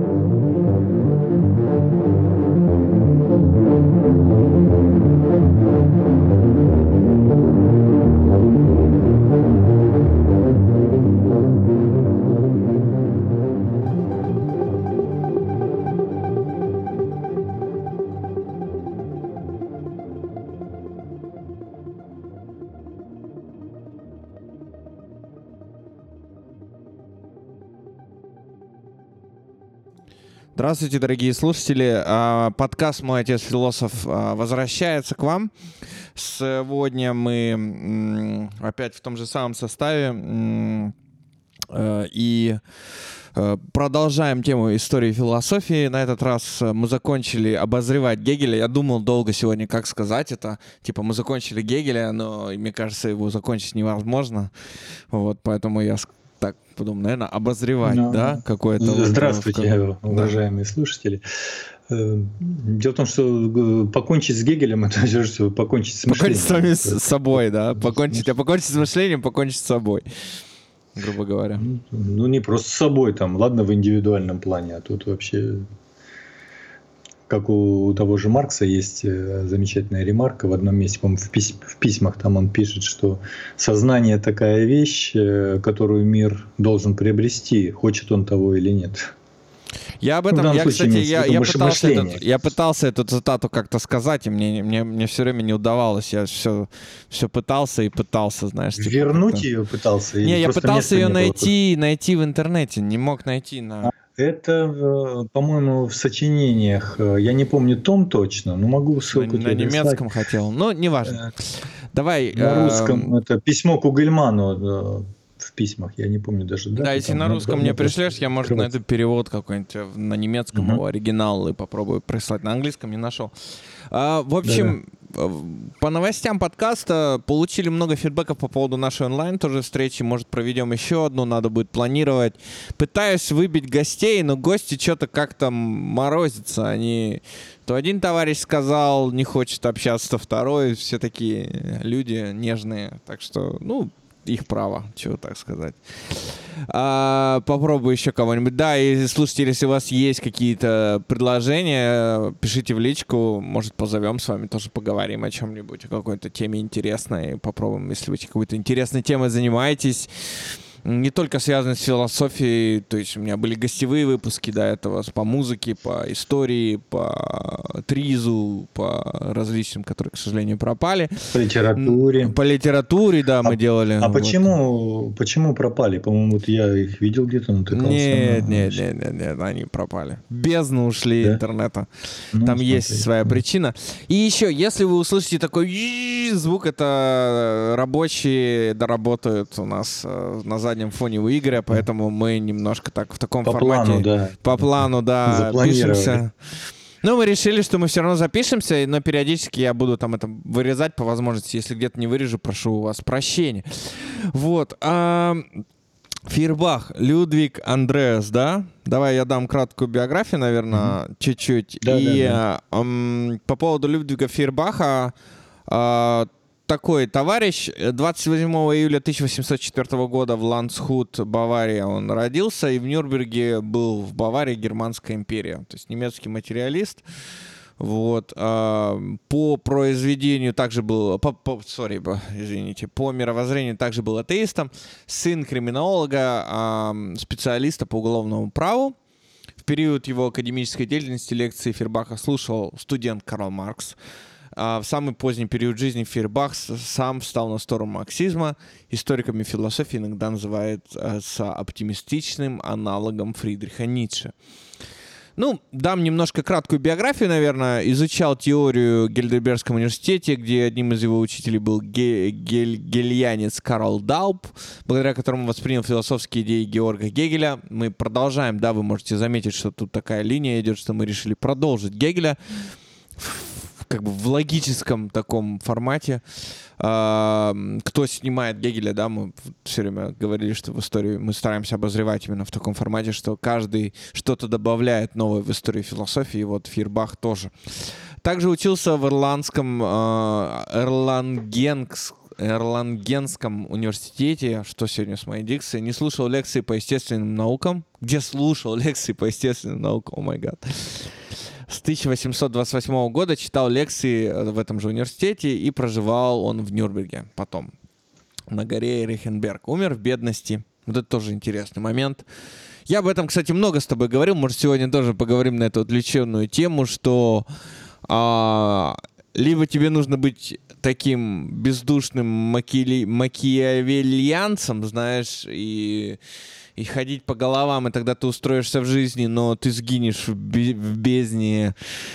Здравствуйте, дорогие слушатели. Подкаст «Мой отец философ» возвращается к вам. Сегодня мы опять в том же самом составе и продолжаем тему истории философии. На этот раз мы закончили обозревать Гегеля. Я думал долго сегодня, как сказать это. Типа мы закончили Гегеля, но мне кажется, его закончить невозможно. Вот, поэтому я так подумал, наверное, обозревать, да, какое-то... Здравствуйте, уважаемые слушатели. Дело в том, что покончить с Гегелем — это же покончить с мышлением. Покончить с собой, да. Покончить с мышлением, покончить с собой, грубо говоря. Ну, не просто с собой, там, ладно, в индивидуальном плане, а тут вообще... Как у того же Маркса есть замечательная ремарка в одном месте, по-моему, в письмах там он пишет, что сознание такая вещь, которую мир должен приобрести, хочет он того или нет. Я об этом, я пытался эту цитату как-то сказать, и мне все время не удавалось. Я все пытался и пытался, знаешь. Типа, вернуть как-то... ее пытался? Не, я пытался ее найти в интернете, не мог найти на... Это, по-моему, в сочинениях. Я не помню том точно, но могу ссылку на немецком хотел. Ну, неважно. Давай. На русском это письмо Кугельману в письмах. Я не помню даже. Да, если на русском мне пришлешь, я, может, найду перевод какой-нибудь на немецком, его оригинал, и попробую прислать. На английском не нашел. В общем, по новостям подкаста получили много фидбэков по поводу нашей онлайн тоже встречи. Может, проведем еще одну, надо будет планировать. Пытаюсь выбить гостей, но гости что-то как-то морозятся. Они... То один товарищ сказал, не хочет общаться, то второй. Все такие люди нежные. Так что, их право, чего так сказать. Попробую еще кого-нибудь. Да, и слушайте, если у вас есть какие-то предложения, пишите в личку, может, позовем с вами, тоже поговорим о чем-нибудь, о какой-то теме интересной. Попробуем, если вы какой-то интересной темой занимаетесь. Не только связаны с философией, то есть у меня были гостевые выпуски до этого по музыке, по истории, по тризу, по различным, которые, к сожалению, пропали. По литературе. По литературе, да, мы делали. А почему пропали? По-моему, я их видел где-то, натыкался. Нет, они пропали. Бездну ушли интернета. Там есть своя причина. И еще, если вы услышите такой звук, это рабочие доработают у нас на заднем фоне у Игоря, поэтому мы немножко так в таком формате... По плану, да, пишемся. Но мы решили, что мы все равно запишемся, но периодически я буду там это вырезать по возможности. Если где-то не вырежу, прошу у вас прощения. Вот. Фейербах, Людвиг Андреас, да? Давай я дам краткую биографию, наверное, чуть-чуть. По поводу Людвига Фейербаха... Такой товарищ, 28 июля 1804 года в Ландshут, Бавария, он родился, и в Нюрнберге был в Баварии Германская империя, то есть немецкий материалист. Вот. По произведению также был, по мировоззрению также был атеистом, сын криминолога, специалиста по уголовному праву. В период его академической деятельности лекции Фейербаха слушал студент Карл Маркс. В самый поздний период жизни Фейербах сам встал на сторону марксизма. Историками философии иногда называется оптимистичным аналогом Фридриха Ницше. Дам немножко краткую биографию, наверное. Изучал теорию в Гейдельбергском университете, где одним из его учителей был гегельянец Карл Дауб, благодаря которому воспринял философские идеи Георга Гегеля. Мы продолжаем, да, вы можете заметить, что тут такая линия идет, что мы решили продолжить Гегеля как бы в логическом таком формате. Кто снимает Гегеля, да, мы все время говорили, что в истории мы стараемся обозревать именно в таком формате, что каждый что-то добавляет новое в историю философии, и вот Фейербах тоже. Также учился в Эрлангенском университете, что сегодня с моей дикцией, не слушал лекции по естественным наукам. Где слушал лекции по естественным наукам? О май гад. С 1828 года читал лекции в этом же университете и проживал он в Нюрнберге потом, на горе Рейхенберг. Умер в бедности. Вот это тоже интересный момент. Я об этом, кстати, много с тобой говорил. Может, сегодня тоже поговорим на эту отвлеченную тему, что либо тебе нужно быть таким бездушным макиавельянцем, знаешь, и ходить по головам, и тогда ты устроишься в жизни, но ты сгинешь в бездне,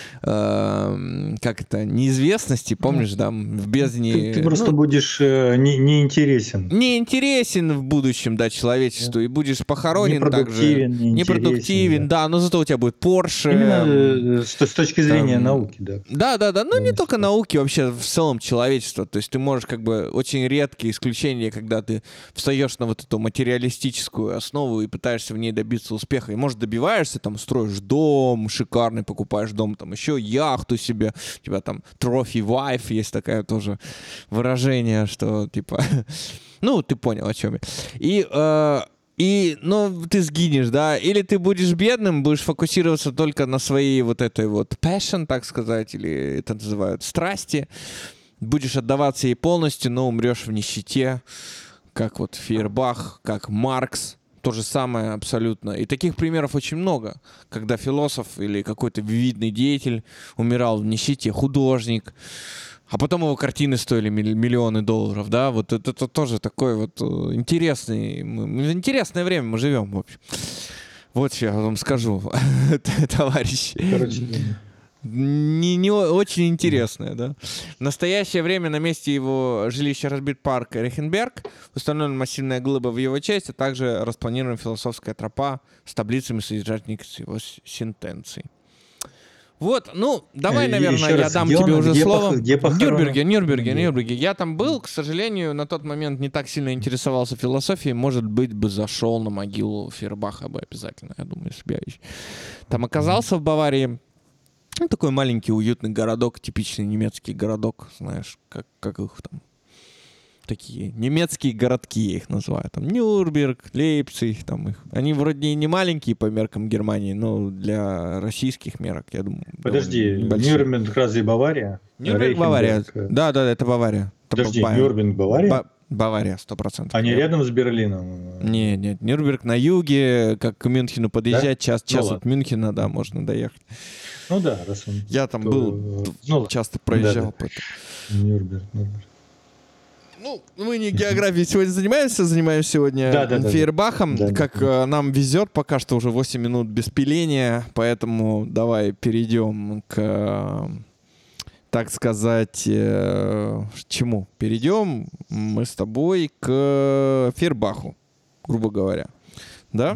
как это, неизвестности, помнишь, да, в бездне... Ты просто будешь неинтересен. Неинтересен в будущем, да, человечеству, и будешь похоронен также. Непродуктивен, да, но зато у тебя будет Porsche. Именно с точки зрения науки, да. Да, ну не только науки, вообще в целом человечества. То есть ты можешь как бы, очень редкие исключения, когда ты встаешь на вот эту материалистическую основу и пытаешься в ней добиться успеха. И, может, добиваешься, там, строишь дом шикарный, покупаешь дом, там, еще яхту себе, у тебя там trophy wife, есть такое тоже выражение, что, типа, ну, ты понял, о чем я. Ну, ты сгинешь, да, или ты будешь бедным, будешь фокусироваться только на своей вот этой вот passion, так сказать, или это называют страсти, будешь отдаваться ей полностью, но умрешь в нищете, как вот Фейербах, как Маркс. То же самое абсолютно. И таких примеров очень много, когда философ или какой-то видный деятель умирал в нищете, художник, а потом его картины стоили миллионы долларов, да, вот это тоже такое вот интересное время мы живем, в общем. Вот что я вам скажу, товарищи. Короче, не очень интересное, да. В настоящее время на месте его жилища разбит парк Рейхенберг, установлена массивная глыба в его честь, а также распланирована философская тропа с таблицами, содержательными его сентенций. Вот, ну, давай, наверное, я дам тебе уже слово. В Нюрнберге. Я там был, к сожалению, на тот момент не так сильно интересовался философией. Может быть, бы зашел на могилу Фейербаха бы обязательно, я думаю, если бы я там оказался в Баварии. Ну, такой маленький уютный городок, типичный немецкий городок, знаешь, как их там, такие немецкие городки, я их называю, там Нюрнберг, Лейпциг, там их. Они вроде и не маленькие по меркам Германии, но для российских мерок, я думаю. Подожди, Нюрнберг разве Бавария? Нюрнберг, Бавария. Да, это Бавария. Подожди, Нюрнберг, Бавария? Бавария, 100%. Они рядом с Берлином? Нет, Нюрнберг на юге, как к Мюнхену подъезжать, да? час от Мюнхена, да, можно доехать. Ну да, раз он... Я там был, часто проезжал. Да. Нюрнберг. Ну, мы не географией сегодня занимаемся сегодня Фейербахом. Да, как нам везет, пока что уже 8 минут без пиления, поэтому давай перейдем к, так сказать, чему? Перейдем мы с тобой к Фейербаху, грубо говоря. Да?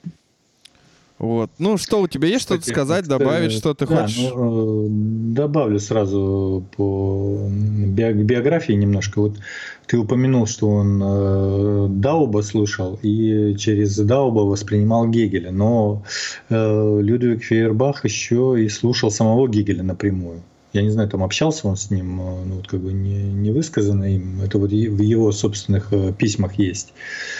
Вот. Ну, что у тебя есть что-то сказать, добавить, что ты хочешь? Добавлю сразу по биографии немножко. Вот ты упомянул, что он Дауба слушал и через Дауба воспринимал Гегеля, но Людвиг Фейербах еще и слушал самого Гегеля напрямую. Я не знаю, там общался он с ним, ну, вот как бы не высказано им. Это вот в его собственных письмах есть.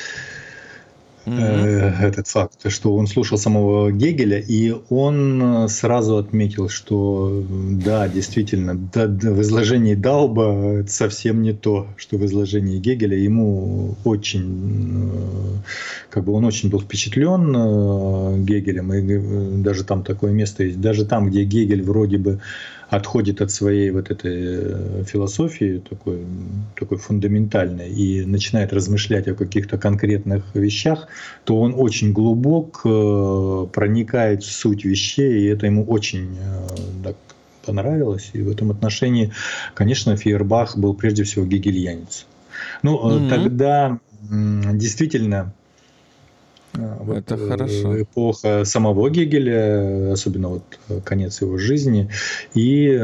Этот факт, что он слушал самого Гегеля, и он сразу отметил, что да, действительно, в изложении Дауба это совсем не то, что в изложении Гегеля. Ему очень, как бы он очень был впечатлен Гегелем, и даже там такое место есть, даже там, где Гегель вроде бы отходит от своей вот этой философии такой фундаментальной и начинает размышлять о каких-то конкретных вещах, то он очень глубок, проникает в суть вещей, и это ему очень так понравилось. И в этом отношении, конечно, Фейербах был прежде всего гегельянец. Ну, тогда действительно... Это хорошо. Эпоха самого Гегеля, особенно вот конец его жизни, и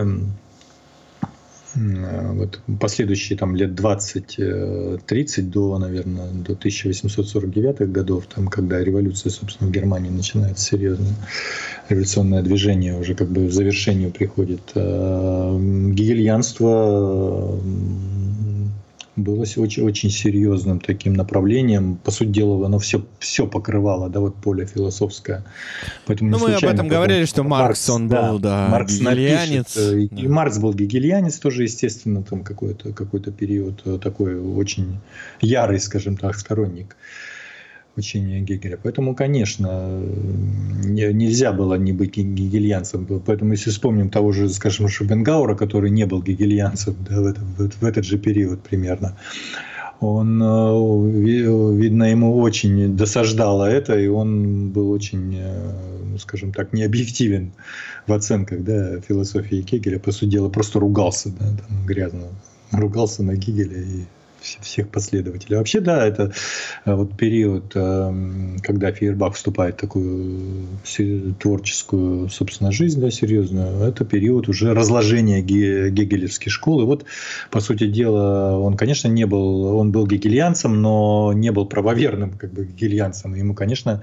вот последующие там лет 20-30 до, наверное, до 1849 годов, там, когда революция, собственно, в Германии начинается серьезное революционное движение, уже как бы в завершению приходит. Гегельянство было очень, очень серьезным таким направлением. По сути дела, оно все покрывало, да, вот поле философское. Поэтому Ну, мы об этом говорили, что Маркс, он был, да, Маркс гегельянец. напишет, и Маркс был гегельянец тоже, естественно, там какой-то период такой очень ярый, скажем так, сторонник учения Гегеля. Поэтому, конечно, нельзя было не быть гегельянцем. Поэтому, если вспомним того же, скажем, Шопенгауэра, который не был гегельянцем, да, в этот же период примерно, он, видно, ему очень досаждало это, и он был очень, скажем так, необъективен в оценках, да, философии Гегеля. По сути дела, просто ругался, да, там, грязно ругался на Гегеля и всех последователей. Вообще, да, это вот период, когда Фейербах вступает в такую творческую, собственно, жизнь, да, серьезную, это период уже разложения гегелевской школы. Вот, по сути дела, он, конечно, он был гегельянцем, но не был правоверным, как бы, гегельянцем. Ему, конечно,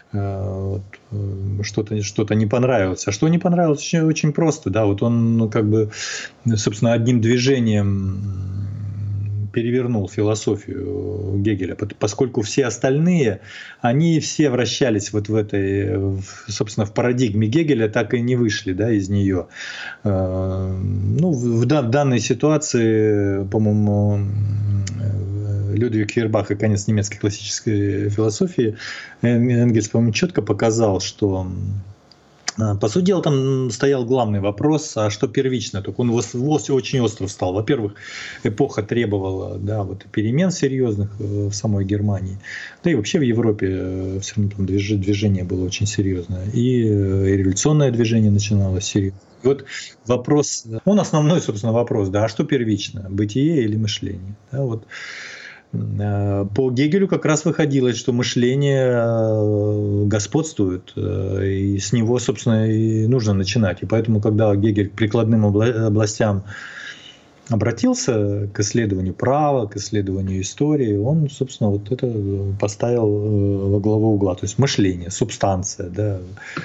что-то не понравилось. А что не понравилось? Очень, очень просто, да, вот он, как бы, собственно, одним движением перевернул философию Гегеля, поскольку все остальные, они все вращались вот в этой, собственно, в парадигме Гегеля, так и не вышли, да, из нее. Ну, в данной ситуации, по-моему, Людвиг Фейербах и конец немецкой классической философии, Энгельс, по-моему, четко показал, что, по сути дела, там стоял главный вопрос, а что первично? Только он очень остро встал. Во-первых, эпоха требовала, да, вот, перемен серьезных в самой Германии. Да и вообще в Европе все равно там движение было очень серьезное. И революционное движение начиналось серьезно. И вот вопрос, он основной, собственно, вопрос, да, а что первично? Бытие или мышление? Да, вот. По Гегелю как раз выходило, что мышление господствует, и с него, собственно, и нужно начинать. И поэтому, когда Гегель к прикладным областям обратился к исследованию права, к исследованию истории, он, собственно, вот это поставил во главу угла. То есть мышление, субстанция, да.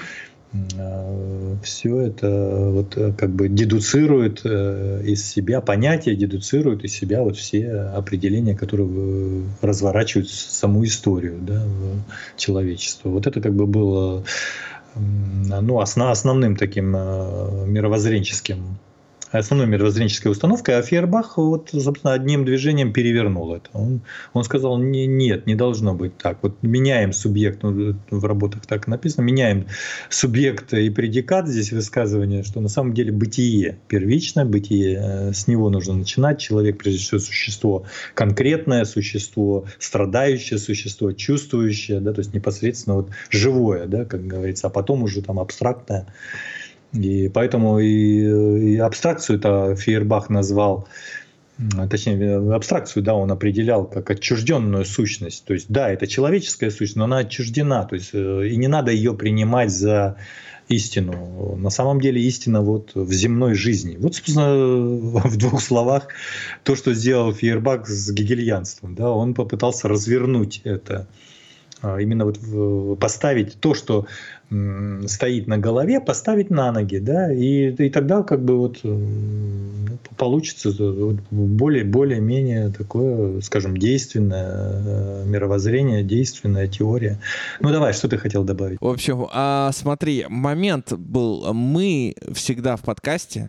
Все это вот как бы дедуцирует из себя, понятия дедуцирует из себя вот все определения, которые разворачивают саму историю, да, человечества. Вот это как бы было, ну, основным таким основной мировоззренческой установкой, а Фейербах вот, собственно, одним движением перевернул это. Он сказал, нет, не должно быть так. Вот меняем субъект, ну, в работах так написано, меняем субъект и предикат, здесь высказывание, что на самом деле бытие первично, бытие, с него нужно начинать. Человек, прежде всего, существо конкретное, существо страдающее, существо чувствующее, да, то есть непосредственно вот живое, да, как говорится, а потом уже там абстрактное. И поэтому и абстракцию-то Фейербах назвал, точнее, абстракцию, да, он определял как отчужденную сущность. То есть, да, это человеческая сущность, но она отчуждена. То есть, и не надо ее принимать за истину. На самом деле истина вот в земной жизни. Вот, собственно, в двух словах то, что сделал Фейербах с гегельянством. Да, он попытался развернуть это. Именно вот поставить то, что стоит на голове, поставить на ноги, да, и тогда как бы вот получится более-менее такое, скажем, действенное мировоззрение, действенная теория. Ну давай, что ты хотел добавить? В общем, смотри, момент был, мы всегда в подкасте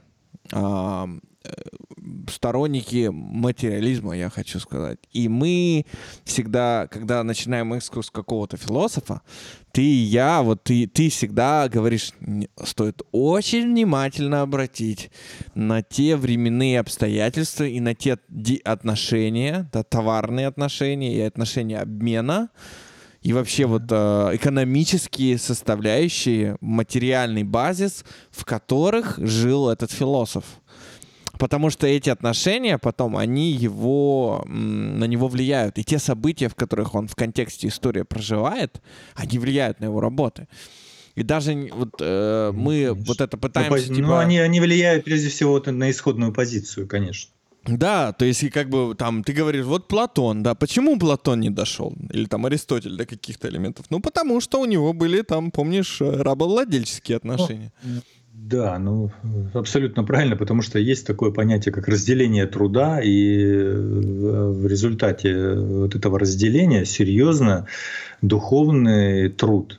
сторонники материализма, я хочу сказать. И мы всегда, когда начинаем экскурс какого-то философа, ты и я, вот ты всегда говоришь, стоит очень внимательно обратить на те временные обстоятельства и на те отношения, да, товарные отношения и отношения обмена, и вообще вот экономические составляющие, материальный базис, в которых жил этот философ. Потому что эти отношения потом, они на него влияют. И те события, в которых он в контексте истории проживает, они влияют на его работы. И даже вот мы вот это пытаемся... Ну, они влияют прежде всего на исходную позицию, конечно. Да, то есть и как бы там ты говоришь, вот Платон, да, почему Платон не дошел? Или там Аристотель до каких-то элементов? Ну, потому что у него были там, помнишь, рабовладельческие отношения. Да, ну, абсолютно правильно, потому что есть такое понятие, как разделение труда, и в результате вот этого разделения серьезно духовный труд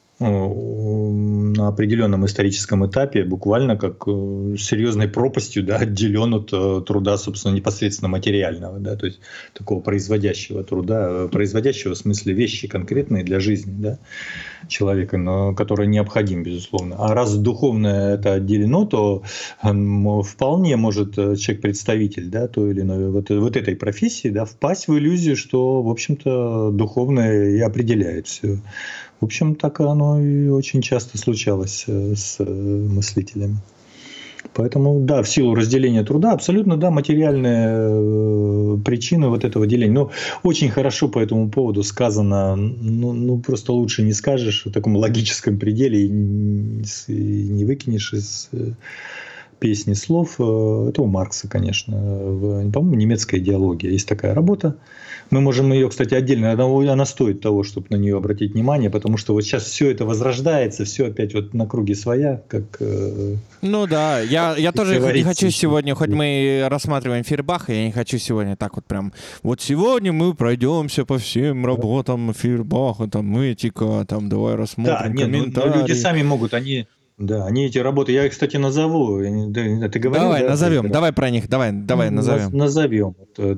на определенном историческом этапе буквально как серьезной пропастью, да, отделен от труда, собственно, непосредственно материального, да, то есть такого производящего труда, производящего в смысле вещи конкретные для жизни, да, человека, но который необходим, безусловно. А раз духовное это отделено, то вполне может человек-представитель, да, той или иной вот этой профессии, да, впасть в иллюзию, что, в общем-то, духовное и определяет все. В общем, так оно и очень часто случалось с мыслителями. Поэтому, да, в силу разделения труда, абсолютно, да, материальные причины вот этого деления. Но очень хорошо по этому поводу сказано, ну просто лучше не скажешь в таком логическом пределе и не выкинешь из песни слов. Это у Маркса, конечно. По-моему, немецкая идеология. Есть такая работа. Мы можем ее, кстати, отдельно, она стоит того, чтобы на нее обратить внимание, потому что вот сейчас все это возрождается, все опять вот на круге своя, как... Ну да, я тоже не хочу сегодня, хоть мы и рассматриваем Фейербаха, я не хочу сегодня так вот прям, вот сегодня мы пройдемся по всем работам Фейербаха, там этика, там давай рассмотрим комментарии. Да, люди сами могут, они эти работы, я их, кстати, назову. Ты говорил, давай, назовем, давай про них, давай назовем. Назовем.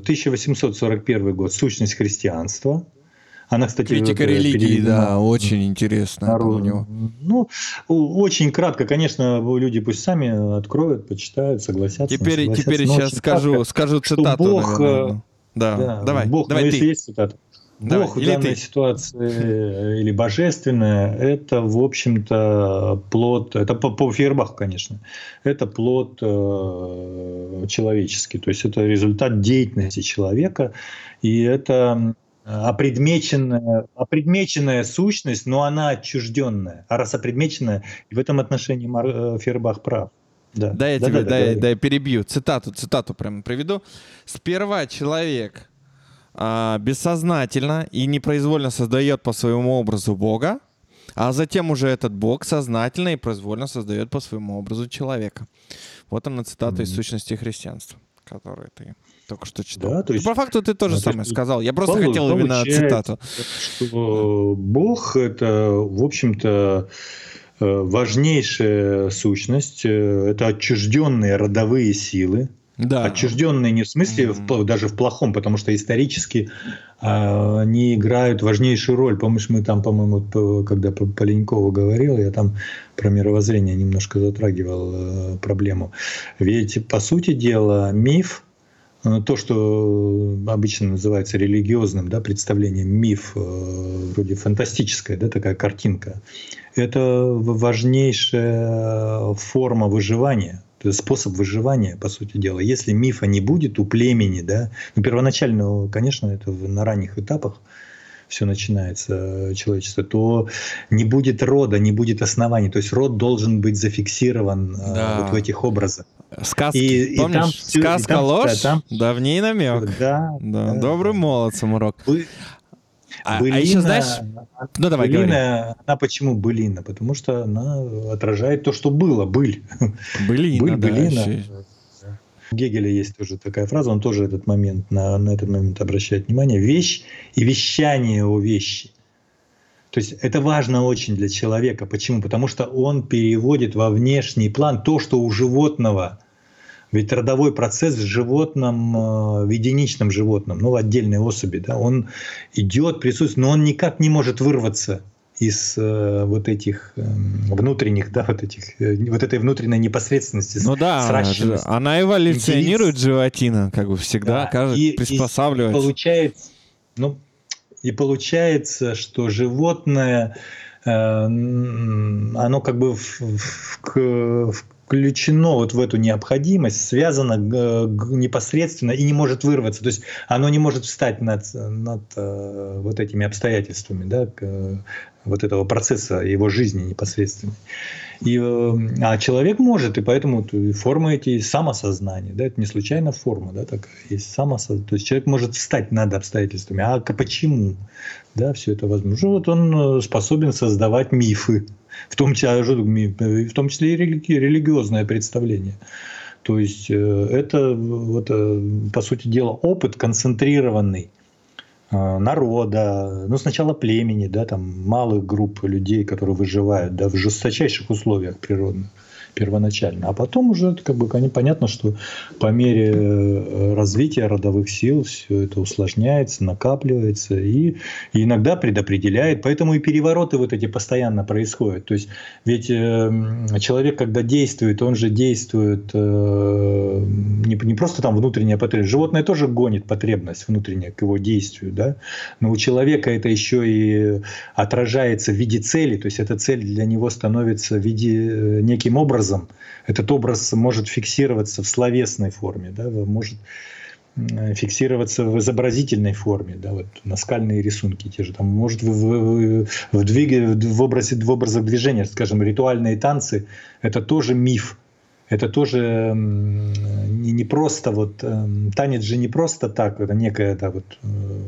1841 год «Сущность христианства». Она, кстати, критика религии, да, очень интересно. У него. Ну, очень кратко, конечно, люди пусть сами откроют, почитают, согласятся. Теперь сейчас скажу цитату, Бог, наверное. Да, давай. Бог, давай если ты. есть цитата. Бог в данной ситуации или божественное, это, в общем-то, плод, это по Фейербаху, конечно, это плод человеческий, то есть это результат деятельности человека, и это опредмеченная сущность, но она отчужденная. А раз опредмеченная, и в этом отношении Фейербах прав. Да. Да, я тебе перебью. Цитату прям приведу. Сперва человек бессознательно и непроизвольно создает по своему образу Бога, а затем уже этот Бог сознательно и произвольно создает по своему образу человека. Вот она цитата из «Сущности христианства», которую ты только что читал. Да, то есть, по факту ты тоже самое сказал. Я просто хотел именно цитату. Что Бог — это, в общем-то, важнейшая сущность, это отчужденные родовые силы. Да. Отчужденные не в смысле даже в плохом, потому что исторически они играют важнейшую роль. Помнишь, мы там, по-моему, когда по Ленькову говорил, я там про мировоззрение немножко затрагивал проблему. Ведь, по сути дела, миф, то, что обычно называется религиозным, да, представлением, миф, вроде фантастическая, да, такая картинка, это важнейшая форма выживания. Это способ выживания, по сути дела. Если мифа не будет у племени, да, первоначально, конечно, это на ранних этапах все начинается человечество, то не будет рода, не будет оснований. То есть род должен быть зафиксирован вот в этих образах. Сказки, помнишь? Сказка ложь, давний намек. Да. Добрый молодцем урок. Былина, а еще знаешь, ну давай говори. Она почему былина? Потому что она отражает то, что было, быль. Былина. У Гегеля есть тоже такая фраза, он тоже на этот момент обращает внимание. Вещь и вещание о вещи. То есть это важно очень для человека. Почему? Потому что он переводит во внешний план то, что у животного. Ведь родовой процесс в животном, в единичном животном, в отдельной особи, да, он идет, присутствует, но он никак не может вырваться из вот этих внутренних, да, вот этой внутренней непосредственности. Ну да, она эволюционирует, животина, как бы всегда, да, приспосабливается. И получается, что животное, оно как бы включено вот в эту необходимость, связано непосредственно и не может вырваться. То есть оно не может встать над вот этими обстоятельствами, да, вот этого процесса его жизни непосредственно. А человек может, и поэтому формы эти самосознания, да, это не случайно форма, да, такая есть самосознание. То есть человек может встать над обстоятельствами. А почему? Да, все это возможно. Вот он способен создавать мифы. в том числе и религиозное представление. То есть это, по сути дела, опыт концентрированный народа, сначала племени, да, там малых групп людей, которые выживают, да, в жесточайших условиях природных первоначально. А потом уже понятно, что по мере развития родовых сил все это усложняется, накапливается и иногда предопределяет. Поэтому и перевороты вот эти постоянно происходят. То есть ведь человек, когда действует, он же действует не просто там внутренняя потребность. Животное тоже гонит потребность внутренняя к его действию, да? Но у человека это еще и отражается в виде цели. То есть эта цель для него становится в виде неким образом. Этот образ может фиксироваться в словесной форме, да, может фиксироваться в изобразительной форме, да, вот наскальные рисунки те же, там может в образах движения, скажем, ритуальные танцы, это тоже миф, это тоже не просто вот танец же не просто так, это некая, да, вот,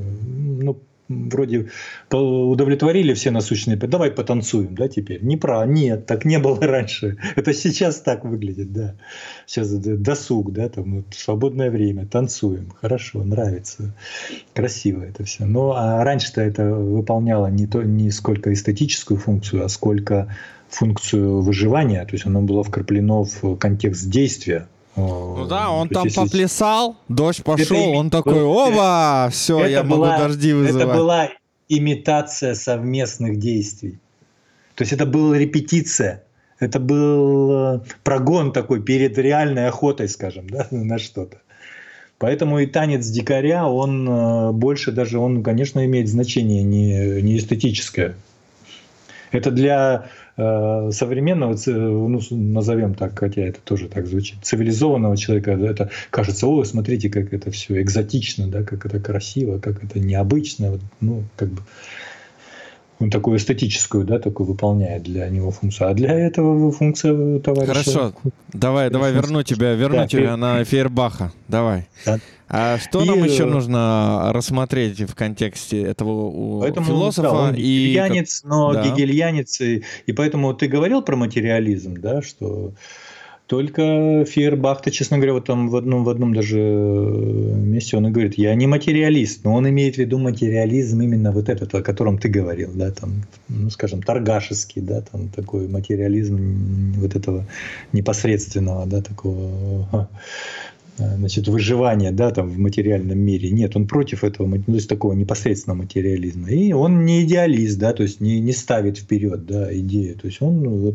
вроде удовлетворили все насущные, давай потанцуем, да, теперь. Нет, так не было раньше. Это сейчас так выглядит, да. Сейчас досуг, да, там вот, свободное время, танцуем, хорошо, нравится, красиво это все. Но а раньше-то это выполняло не сколько эстетическую функцию, а сколько функцию выживания, то есть оно было вкраплено в контекст действия. Он там поплясал, дождь пошел, он такой, оба, все, я могу дожди вызывать. Это была имитация совместных действий. То есть это была репетиция, это был прогон такой перед реальной охотой, скажем, да, на что-то. Поэтому и танец дикаря, он больше даже, он, конечно, имеет значение не эстетическое. Это для современного, назовем так, хотя это тоже так звучит, цивилизованного человека, это кажется, смотрите, как это все экзотично, да, как это красиво, как это необычно, он такую эстетическую, да, такую выполняет для него функцию. А для этого функция товарища... Хорошо, давай верну тебя на Фейербаха, давай. Да. А что нам еще нужно рассмотреть в контексте этого философа? Да, он гегельянец, гегельянец, и поэтому ты говорил про материализм, да, что только Фейербах-то, честно говоря, вот там в одном даже месте он и говорит, я не материалист, но он имеет в виду материализм именно вот этот, о котором ты говорил, да, там, скажем, торгашеский, да, там такой материализм вот этого непосредственного, да, такого, значит, выживания, да, там в материальном мире. Нет, он против этого, то есть такого непосредственного материализма. И он не идеалист, да, то есть не ставит вперед, да, идею. То есть он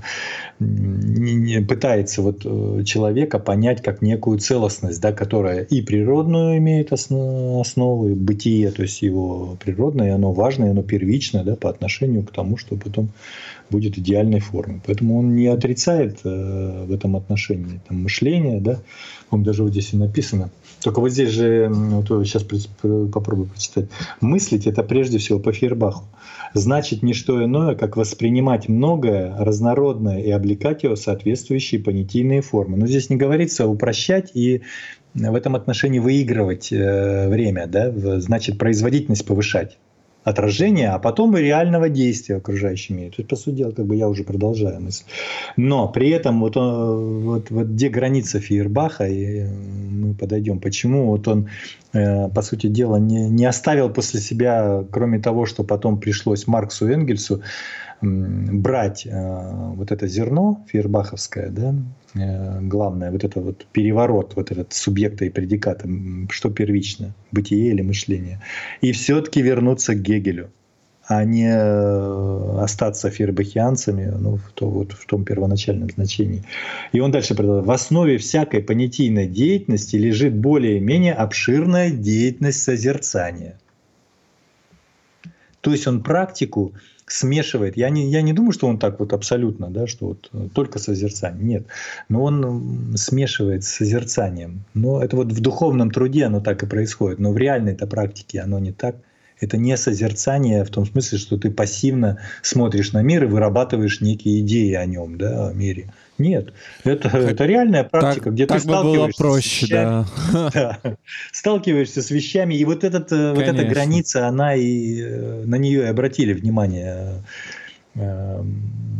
не пытается человека понять как некую целостность, да, которая и природную имеет основу, и бытие, то есть его природное, и оно важное, и оно первичное, да, по отношению к тому, что потом будет идеальной формы. Поэтому он не отрицает в этом отношении там, мышление, да, даже вот здесь и написано. Только вот здесь же, сейчас попробую прочитать. Мыслить — это прежде всего по Фейербаху. Значит не что иное, как воспринимать многое, разнородное и облекать его в соответствующие понятийные формы. Но здесь не говорится упрощать и в этом отношении выигрывать время, да? Значит производительность повышать. Отражения, а потом и реального действия в окружающем мире. То есть, по сути дела, я уже продолжаю мысль. Но при этом вот где граница Фейербаха, и мы подойдем, почему он, по сути дела, не оставил после себя, кроме того, что потом пришлось Марксу и Энгельсу брать вот это зерно фейербаховское, да, главное, вот это вот переворот, вот этот субъекта и предиката, что первично, бытие или мышление, и все-таки вернуться к Гегелю, а не остаться фейербахианцами, в том первоначальном значении. И он дальше продолжает. В основе всякой понятийной деятельности лежит более-менее обширная деятельность созерцания. То есть он практику смешивает. Я не думаю, что он так вот абсолютно, да, что вот только созерцание. Нет. Но он смешивает с созерцанием. Но это вот в духовном труде оно так и происходит. Но в реальной-то практике оно не так. Это не созерцание в том смысле, что ты пассивно смотришь на мир и вырабатываешь некие идеи о нем, да, о мире. Нет, это реальная практика, где ты сталкиваешься проще, с вещами. Да. Да, сталкиваешься с вещами, и вот эта граница, она и на нее и обратили внимание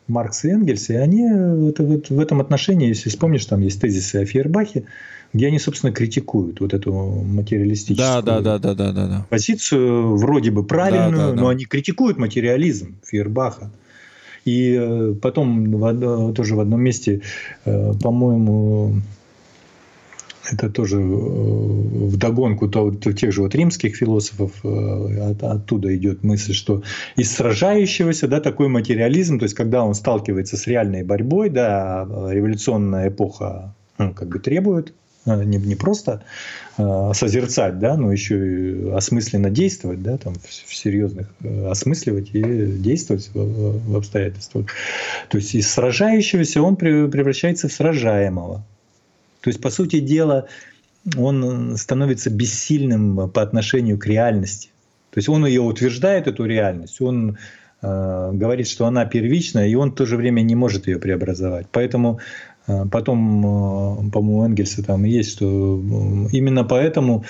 Маркс и Энгельс, и они в этом отношении, если вспомнишь, там есть тезисы о Фейербахе, где они, собственно, критикуют вот эту материалистическую позицию, вроде бы правильную, но они критикуют материализм Фейербаха. И потом тоже в одном месте, по-моему, это тоже вдогонку тех же вот римских философов, оттуда идет мысль, что из сражающегося, да, такой материализм, то есть когда он сталкивается с реальной борьбой, да, революционная эпоха как бы требует не просто созерцать, да, но еще и осмысленно действовать, да, там в серьезных осмысливать и действовать в обстоятельствах. То есть из сражающегося он превращается в сражаемого. То есть, по сути дела, он становится бессильным по отношению к реальности. То есть он ее утверждает, эту реальность, он говорит, что она первичная, и он в то же время не может ее преобразовать. Поэтому потом, по-моему, у Энгельса там есть, что именно поэтому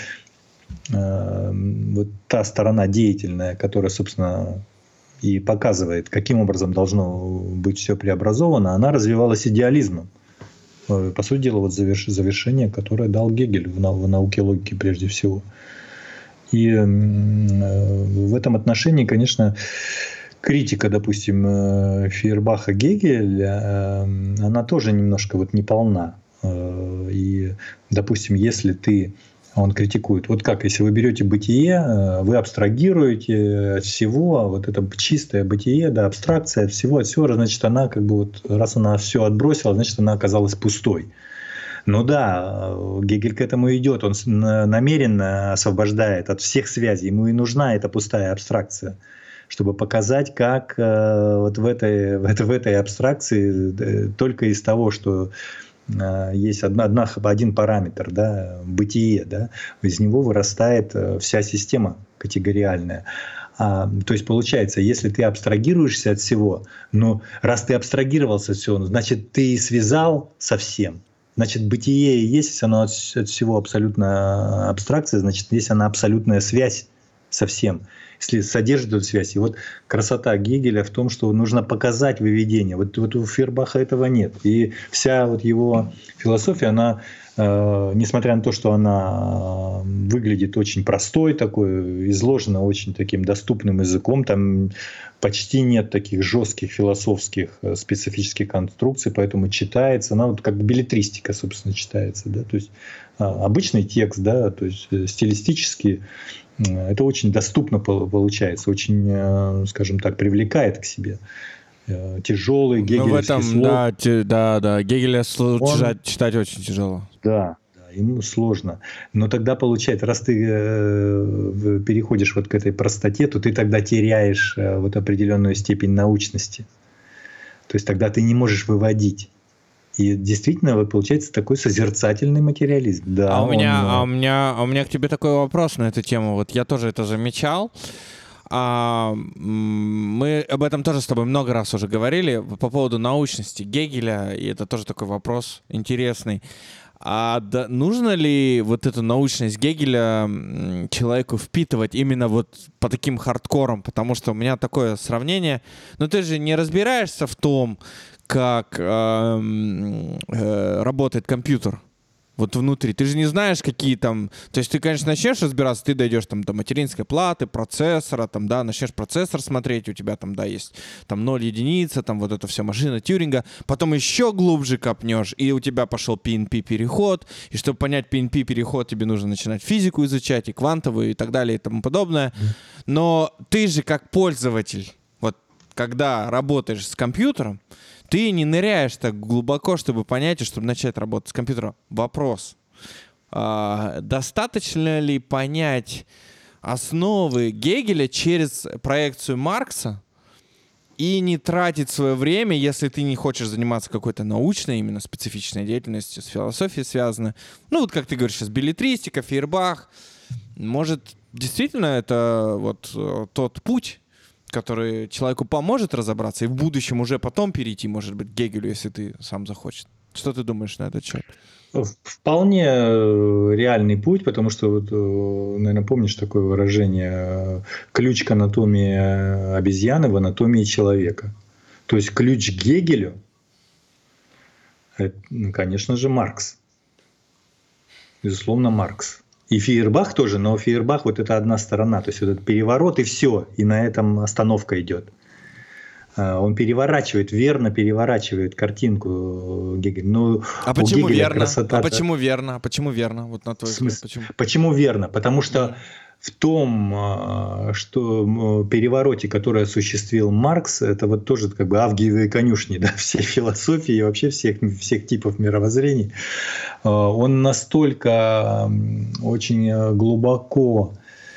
вот та сторона деятельная, которая, собственно, и показывает, каким образом должно быть все преобразовано, она развивалась идеализмом. По сути дела, вот завершение, которое дал Гегель в науке логики прежде всего. И в этом отношении, конечно, критика, допустим, Фейербаха Гегеля, она тоже немножко вот неполна. И, допустим, если он критикует, вот как, если вы берете бытие, вы абстрагируете от всего, вот это чистое бытие, да, абстракция от всего, значит, она как бы вот, раз она все отбросила, значит, она оказалась пустой. Ну да, Гегель к этому идет, он намеренно освобождает от всех связей, ему и нужна эта пустая абстракция, чтобы показать, как вот в этой абстракции только из того, что есть один параметр, да, бытие, да, из него вырастает вся система категориальная. То есть получается, если ты абстрагируешься от всего, но раз ты абстрагировался от всего, значит, ты связал со всем. Значит, бытие есть, если оно от всего абсолютно абстракция, значит, есть она абсолютная связь со всем. Если содержит эту связь. И вот красота Гегеля в том, что нужно показать выведение. Вот у Фейербаха этого нет. И вся вот его философия, она, несмотря на то, что она выглядит очень простой, такой, изложена очень таким доступным языком, там почти нет таких жестких философских специфических конструкций, поэтому читается, она вот как беллетристика, собственно, читается. Да? То есть обычный текст, да, то есть стилистически это очень доступно получается, очень, скажем так, привлекает к себе. Тяжелый гегелевский слог. Да, Гегеля читать очень тяжело. Да, ему сложно. Но тогда получается, раз ты переходишь вот к этой простоте, то ты тогда теряешь вот определенную степень научности. То есть тогда ты не можешь выводить. И действительно, получается такой созерцательный материализм. Да, у меня к тебе такой вопрос на эту тему. Вот я тоже это замечал. Мы об этом тоже с тобой много раз уже говорили по поводу научности Гегеля, и это тоже такой вопрос интересный. Нужно ли вот эту научность Гегеля человеку впитывать именно вот по таким хардкорам? Потому что у меня такое сравнение. Но ты же не разбираешься в том, как работает компьютер вот внутри. Ты же не знаешь, какие там... То есть ты, конечно, начнешь разбираться, ты дойдешь там до материнской платы, процессора, там, да, начнешь процессор смотреть, у тебя там, да, есть там 0 единица, там вот это все машина Тьюринга, потом еще глубже копнешь, и у тебя пошел PNP-переход, и чтобы понять PNP-переход, тебе нужно начинать физику изучать, и квантовую, и так далее, и тому подобное. Но ты же как пользователь, вот когда работаешь с компьютером, ты не ныряешь так глубоко, чтобы понять и чтобы начать работать с компьютером. Вопрос. Достаточно ли понять основы Гегеля через проекцию Маркса и не тратить свое время, если ты не хочешь заниматься какой-то научной, именно специфичной деятельностью, с философией связанной? Ну, вот как ты говоришь сейчас, беллетристика, Фейербах. Может, действительно это вот тот путь, который человеку поможет разобраться и в будущем уже потом перейти, может быть, к Гегелю, если ты сам захочешь. Что ты думаешь на этот счет? Вполне реальный путь, потому что, вот, наверное, помнишь такое выражение «ключ к анатомии обезьяны в анатомии человека». То есть ключ к Гегелю – это, конечно же, Маркс. Безусловно, Маркс. И Фейербах тоже, но Фейербах вот это одна сторона, то есть вот этот переворот и все, и на этом остановка идет. Он верно переворачивает картинку Гегеля. Но а почему верно? Красота... Почему верно? Почему верно? Вот на твой взгляд, почему верно? Потому что в том, что перевороте, который осуществил Маркс, это вот тоже как бы авгиевые конюшни, да, всей философии и вообще всех типов мировоззрений. Он настолько очень глубоко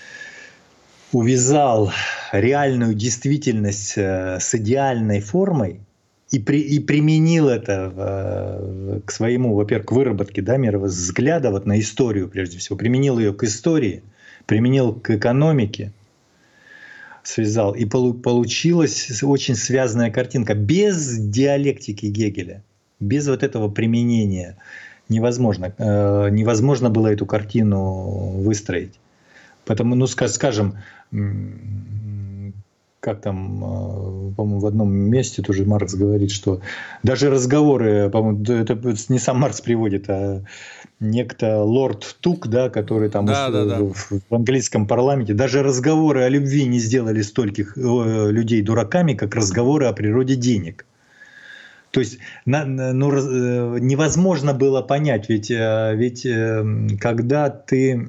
увязал реальную действительность с идеальной формой и применил это к своему, во-первых, к выработке, да, мировозгляда вот на историю прежде всего, применил ее к истории, применил к экономике, связал, и получилась очень связанная картинка. Без диалектики Гегеля, без вот этого применения невозможно было эту картину выстроить. Потому, ну, скажем, как там, по-моему, в одном месте тоже Маркс говорит, что даже разговоры, по-моему, это не сам Маркс приводит, а некто лорд Тук, да, который там в английском парламенте, даже разговоры о любви не сделали стольких людей дураками, как разговоры о природе денег. То есть невозможно было понять, ведь когда ты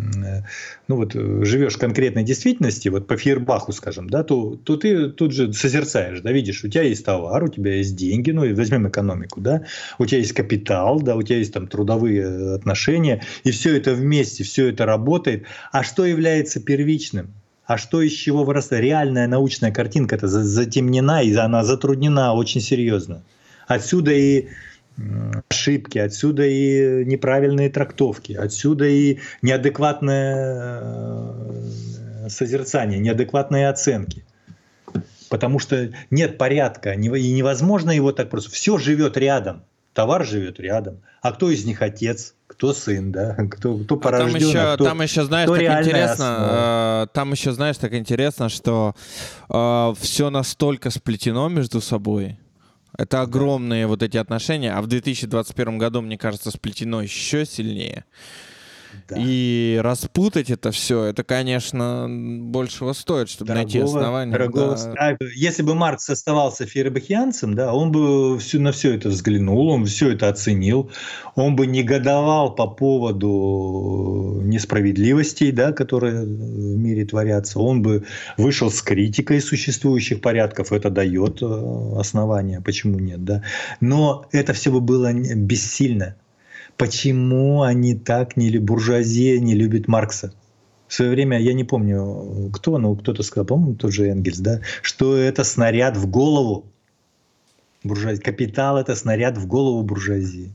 живешь в конкретной действительности, вот по Фейербаху, скажем, да, то ты тут же созерцаешь, да, видишь, у тебя есть товар, у тебя есть деньги, ну и возьмем экономику, да, у тебя есть капитал, да, у тебя есть там трудовые отношения, и все это вместе, все это работает. А что является первичным? А что из чего вырастает? Реальная научная картинка это затемнена, и она затруднена очень серьезно. Отсюда и ошибки, отсюда и неправильные трактовки, отсюда и неадекватное созерцание, неадекватные оценки. Потому что нет порядка, и невозможно его так просто. Все живет рядом, товар живет рядом. А кто из них отец? Кто сын, да? Кто порожден, там еще, знаешь, так интересно, там еще, знаешь, так интересно, что все настолько сплетено между собой. Это огромные вот эти отношения, а в 2021 году, мне кажется, сплетено еще сильнее. Да. И распутать это все, это, конечно, большего стоит, чтобы найти основания. Да. Если бы Маркс оставался фейербахианцем, да, он бы на все это взглянул, он все это оценил, он бы негодовал по поводу несправедливостей, да, которые в мире творятся, он бы вышел с критикой существующих порядков, это дает основания, почему нет, да. Но это все бы было бессильно. Почему они так буржуазия не любит Маркса? В свое время, я не помню кто, но кто-то сказал, по-моему, тот же Энгельс, да, что это снаряд в голову буржуазии. Капитал – это снаряд в голову буржуазии.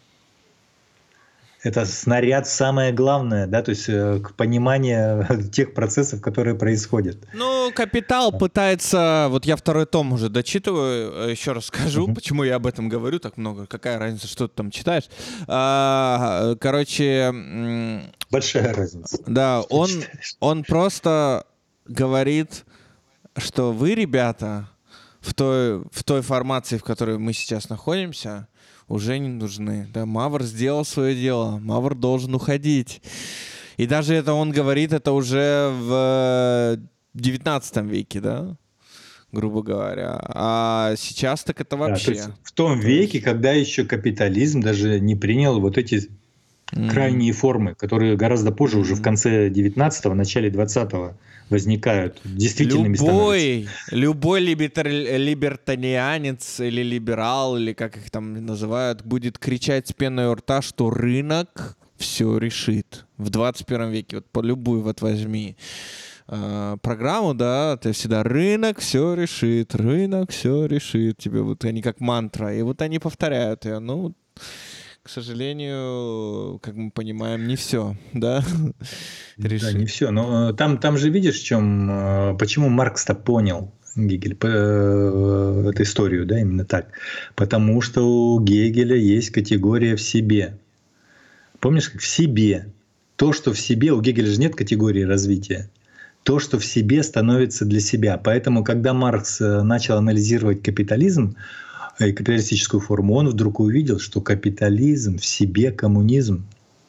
Это снаряд самое главное, да, то есть к пониманию тех процессов, которые происходят. Ну, «Капитал» пытается, вот я второй том уже дочитываю, еще раз скажу, почему я об этом говорю так много, какая разница, что ты там читаешь. Короче... Большая разница. Да, он просто говорит, что вы, ребята, в той формации, в которой мы сейчас находимся, уже не нужны. Да, Мавр сделал свое дело, Мавр должен уходить. И даже это он говорит, это уже в 19 веке, да, грубо говоря. А сейчас так это вообще... Да, в том веке, когда еще капитализм даже не принял вот эти крайние формы, которые гораздо позже, уже в конце 19-го, начале 20-го возникают, действительными становятся. Любой либертарианец или либерал, или как их там называют, будет кричать с пеной у рта, что рынок все решит. В 21 веке, вот по любую вот возьми программу, да, ты всегда рынок все решит, тебе вот они как мантра, и вот они повторяют ее, ну, к сожалению, как мы понимаем, не все, да? Да, не все. Но там же видишь, почему Маркс-то понял Гегель эту историю, да, именно так. Потому что у Гегеля есть категория в себе. Помнишь, как в себе? То, что в себе, у Гегеля же нет категории развития. то, что в себе становится для себя. Поэтому, когда Маркс начал анализировать капитализм и капиталистическую форму, он вдруг увидел, что капитализм в себе коммунизм.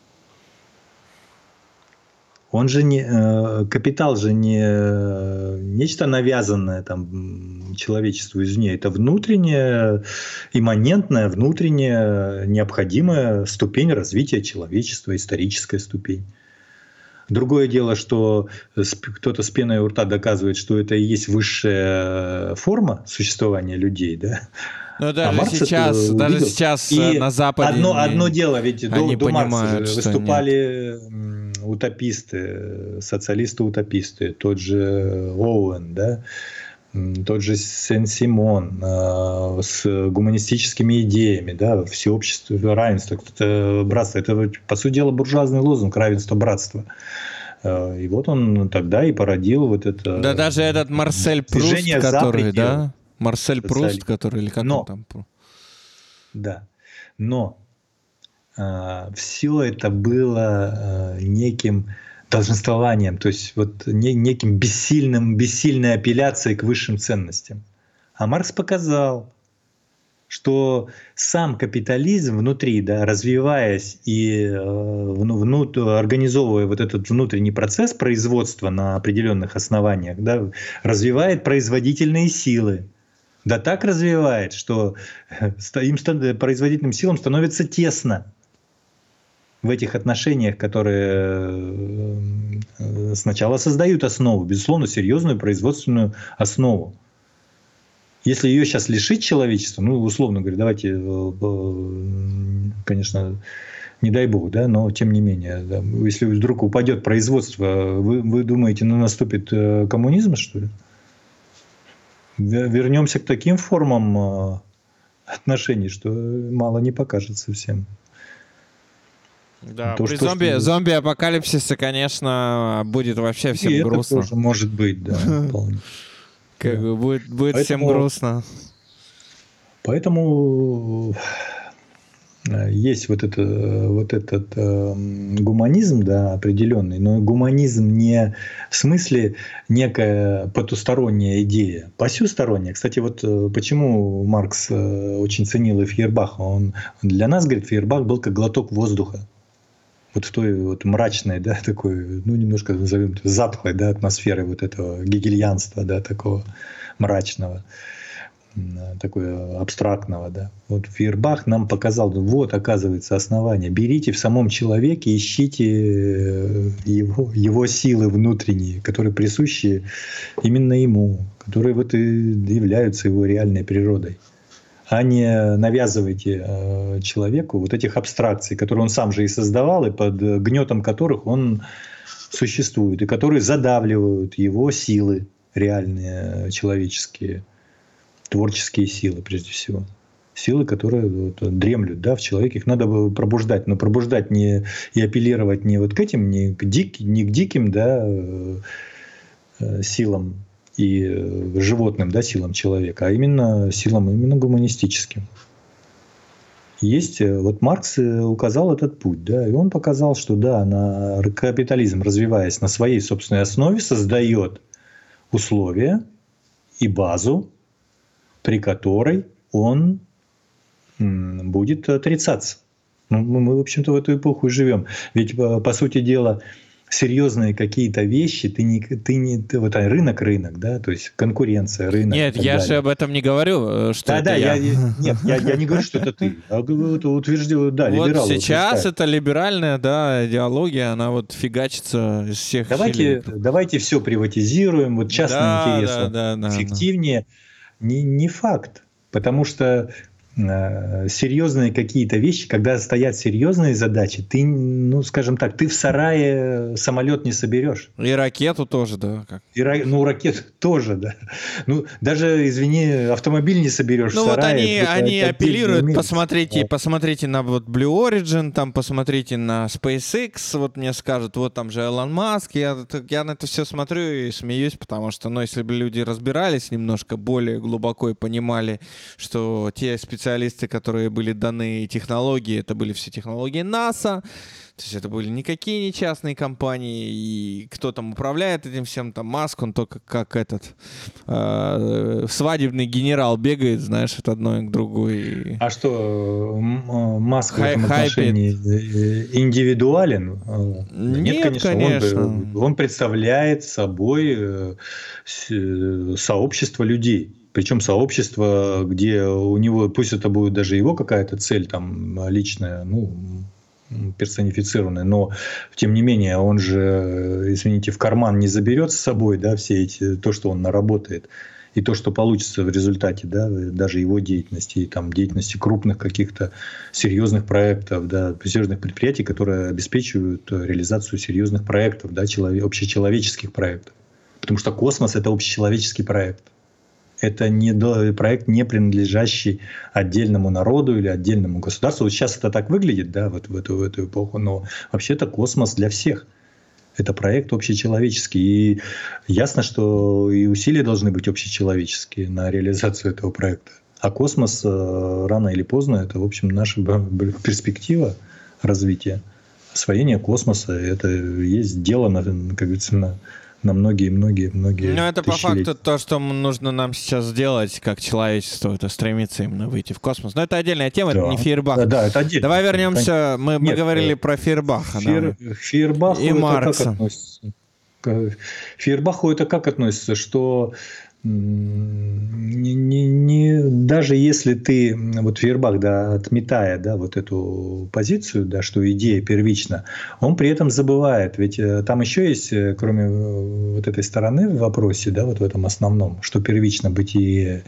Он же капитал же не нечто навязанное там человечеству извне. Это внутренняя, имманентная, внутренняя, необходимая ступень развития человечества, историческая ступень. Другое дело, что кто-то с пеной у рта доказывает, что это и есть высшая форма существования людей, да? Ну, даже сейчас и на Западе одно дело, ведь до Маркса выступали нет. утописты, социалисты-утописты, тот же Оуэн, да? Тот же Сен-Симон с гуманистическими идеями, да, всеобщество, равенство, это братство. Это, по сути дела, буржуазный лозунг равенство, братство. И вот он тогда и породил вот это... Да даже этот Марсель Пруст, который, да? Марсель Пруст, который, или как он там? Да. Но все это было неким долженствованием, то есть вот неким бессильной апелляцией к высшим ценностям. А Маркс показал, что сам капитализм внутри, да, развиваясь и организовывая вот этот внутренний процесс производства на определенных основаниях, да, развивает производительные силы. Да так развивает, что производительным силам становится тесно в этих отношениях, которые сначала создают основу, безусловно, серьезную производственную основу. Если ее сейчас лишить человечества, ну, условно говоря, давайте, конечно, не дай бог, да, но тем не менее, да, если вдруг упадет производство, вы думаете, наступит коммунизм, что ли? Вернемся к таким формам отношений, что мало не покажется всем. Да, при зомби-апокалипсисе, конечно, будет вообще всем грустно. Это тоже может быть, да, вполне. Будет всем грустно. Поэтому есть вот этот гуманизм, да, определенный, но гуманизм не в смысле некая потусторонняя идея, посюсторонняя. Кстати, вот почему Маркс очень ценил и Фейербаха. Он для нас, говорит, Фейербах был как глоток воздуха. Вот в той вот мрачной, да, такой, ну, немножко, назовем это, затхлой, да, атмосферы вот этого гегельянства, да, такого мрачного, такого абстрактного, да. Вот Фейербах нам показал, вот, оказывается, основание. Берите в самом человеке, ищите его силы внутренние, которые присущи именно ему, которые вот и являются его реальной природой. А не навязывайте человеку вот этих абстракций, которые он сам же и создавал, и под гнетом которых он существует, и которые задавливают его силы реальные, человеческие, творческие силы прежде всего. Силы, которые вот дремлют, да, в человеке, их надо бы пробуждать, но пробуждать не и апеллировать не вот к этим, не к диким, да, силам и животным, да, силам человека, а именно силам именно гуманистическим. Есть, вот Маркс указал этот путь, да, и он показал, что да, капитализм, развиваясь на своей собственной основе, создает условия и базу, при которой он будет отрицаться. Ну, мы, в общем-то, в эту эпоху и живем. Ведь, по сути дела, серьезные какие-то вещи, вот рынок, да, то есть конкуренция, рынок. Нет, я же об этом не говорю, что это я. Я не говорю, что это ты, а утверждаю, да, вот либералы. Вот сейчас это либеральная, да, идеология, она вот фигачится из всех щелей. Давайте все приватизируем, вот частный интерес эффективнее. Не факт, потому что серьезные какие-то вещи, когда стоят серьезные задачи, ты, ну, скажем так, ты в сарае самолет не соберешь. И ракету тоже, да. Как? Ракету тоже, да. Ну, даже, извини, автомобиль не соберешь в сарае. Вот они апеллируют, посмотрите на вот Blue Origin, там посмотрите на SpaceX, вот мне скажут, вот там же Элон Маск, я на это все смотрю и смеюсь, потому что, ну, если бы люди разбирались немножко более глубоко и понимали, что те специалисты, специалисты, которые были даны технологии, это были все технологии НАСА, то есть это были никакие не частные компании, и кто там управляет этим всем, там Маск, он только как этот свадебный генерал бегает, знаешь, от одной к другой. А что, Маск в этом отношении индивидуален? Нет, конечно. Он представляет собой сообщество людей. Причем сообщество, где у него, пусть это будет даже его какая-то цель там личная, персонифицированная, но тем не менее он же, извините, в карман не заберет с собой, да, все эти, то, что он наработает, и то, что получится в результате, да, даже его деятельности, и там деятельности крупных каких-то серьезных проектов, да, серьезных предприятий, которые обеспечивают реализацию серьезных проектов, да, общечеловеческих проектов. Потому что космос – это общечеловеческий проект. Это не проект, не принадлежащий отдельному народу или отдельному государству. Вот сейчас это так выглядит, да, вот в эту эпоху, но вообще-то космос для всех. Это проект общечеловеческий. И ясно, что и усилия должны быть общечеловеческие на реализацию этого проекта. А космос рано или поздно – это, в общем, наша перспектива развития. Освоение космоса – это есть дело, как говорится, на многие. Ну, это по факту то, что нужно нам сейчас сделать, как человечество, это стремиться именно выйти в космос. Но это отдельная тема, это не Фейербах. Да, это отдельно. Давай вернемся, мы говорили про Фейербаха. Фейербаху и Маркса. Как относится? К Фейербаху это как относится, что даже если ты, вот Фейербах, да, отметая, да, вот эту позицию, да, что идея первична, он при этом забывает, ведь там еще есть, кроме вот этой стороны в вопросе, да, вот в этом основном, что первично бытие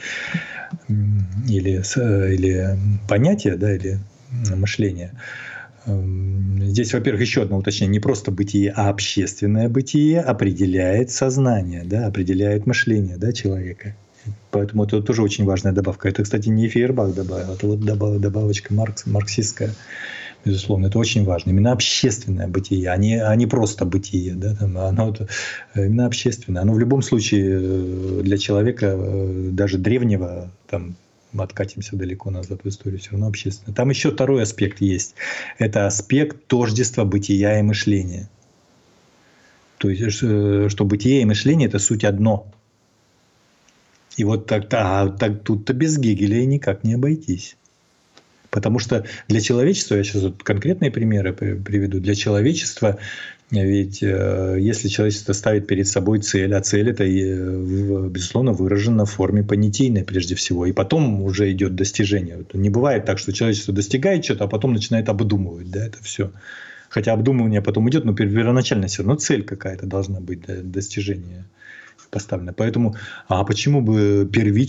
или понятие, да, или мышление. Здесь, во-первых, еще одно уточнение. Не просто бытие, а общественное бытие определяет сознание, да, определяет мышление, да, человека. Поэтому это тоже очень важная добавка. Это, кстати, не Фейербах добавил, это вот добавочка марксистская, безусловно. Это очень важно. Именно общественное бытие, а не просто бытие. Да, там, оно именно общественное. Оно в любом случае для человека, даже древнего, там, мы откатимся далеко назад в историю, все равно общественно. Там еще второй аспект есть. Это аспект тождества бытия и мышления. То есть, что бытие и мышление – это суть одно. И вот тут-то без Гегеля никак не обойтись. Потому что для человечества, я сейчас вот конкретные примеры приведу, для человечества, ведь если человечество ставит перед собой цель, а цель это, безусловно, выражена в форме понятийной прежде всего, и потом уже идет достижение. Не бывает так, что человечество достигает что-то, а потом начинает обдумывать, да, это все. Хотя обдумывание потом идет, но первоначально все равно цель какая-то должна быть, да, достижение поставлено. Поэтому, а почему бы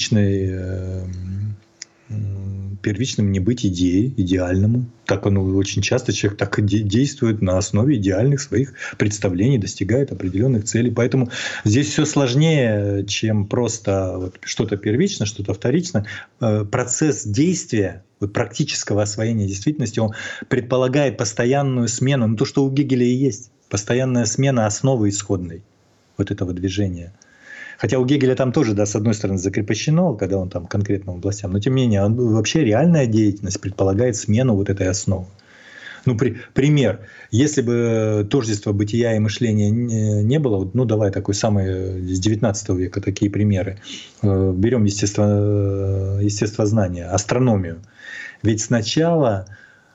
первичным не быть идеей, идеальному? Так оно очень часто человек так и действует на основе идеальных своих представлений, достигает определенных целей. Поэтому здесь все сложнее, чем просто вот что-то первично, что-то вторично. Процесс действия, вот практического освоения действительности, он предполагает постоянную смену, ну то, что у Гегеля и есть, постоянная смена основы исходной вот этого движения. Хотя у Гегеля там тоже, да, с одной стороны, закрепощено, когда он там конкретным областям, но тем не менее, вообще реальная деятельность предполагает смену вот этой основы. Ну, пример. Если бы тождества бытия и мышления не было, ну, давай такой самый с 19 века такие примеры. Берем естествознание, астрономию. Ведь сначала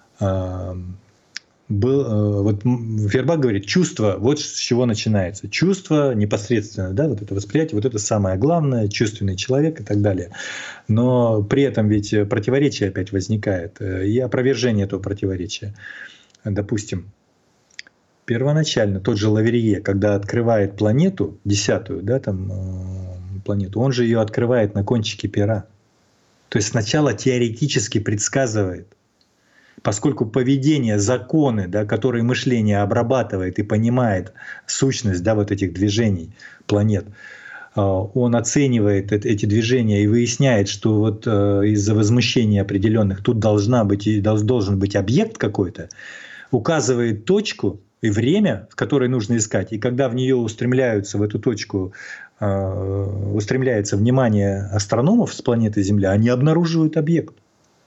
вот Фейербах говорит, чувство, вот с чего начинается. Чувство непосредственно, да, вот это восприятие, вот это самое главное, чувственный человек и так далее. Но при этом ведь противоречие опять возникает и опровержение этого противоречия. Допустим, первоначально тот же Лаверье, когда открывает планету, 10-ю, да, там, планету, он же ее открывает на кончике пера. То есть сначала теоретически предсказывает. Поскольку поведение, законы, да, которые мышление обрабатывает и понимает сущность, да, вот этих движений планет, он оценивает эти движения и выясняет, что вот из-за возмущения определенных тут должен быть объект какой-то, указывает точку и время, в которой нужно искать, и когда в нее устремляются, в эту точку устремляется внимание астрономов с планеты Земля, они обнаруживают объект.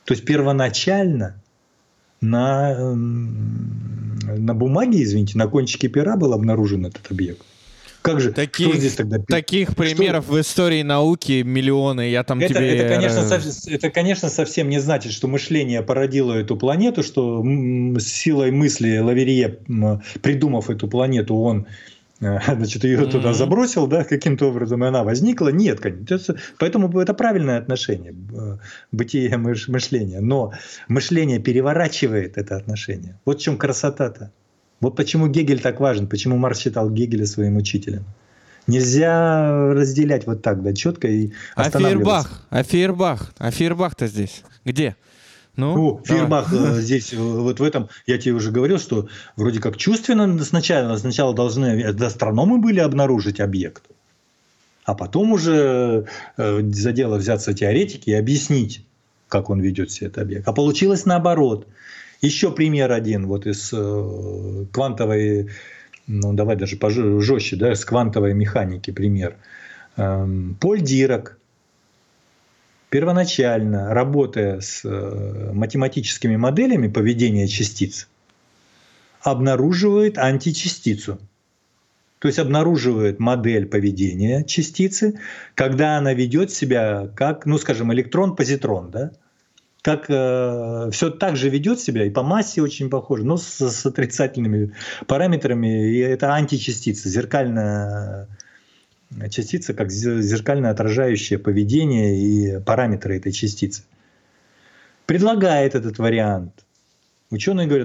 То есть первоначально на бумаге, извините, на кончике пера был обнаружен этот объект. Как же, кто здесь тогда... Таких примеров в истории науки миллионы. Я там Это, конечно, совсем не значит, что мышление породило эту планету, что с силой мысли Лаверье, придумав эту планету, он, значит, ее туда забросил, да, каким-то образом, и она возникла. Нет, конечно. Поэтому это правильное отношение бытия мышления. Но мышление переворачивает это отношение. Вот в чем красота-то. Вот почему Гегель так важен, почему Маркс считал Гегеля своим учителем. Нельзя разделять вот так, да, четко и останавливаться. А Фейербах-то здесь где? Фейербах здесь, вот в этом, я тебе уже говорил, что вроде как чувственно сначала должны астрономы были обнаружить объект, а потом уже за дело взяться теоретики и объяснить, как он ведет себя, этот объект. А получилось наоборот. Еще пример один вот из квантовой, давай даже пожестче, да, с квантовой механики пример. Поль Дирак первоначально, работая с математическими моделями поведения частиц, обнаруживает античастицу. То есть обнаруживает модель поведения частицы, когда она ведет себя как, скажем, электрон-позитрон, да? Как все так же ведет себя, и по массе очень похоже, но с отрицательными параметрами. И это античастица, зеркальная частица, как зеркально отражающая поведение и параметры этой частицы. Предлагает этот вариант. Ученые говорят,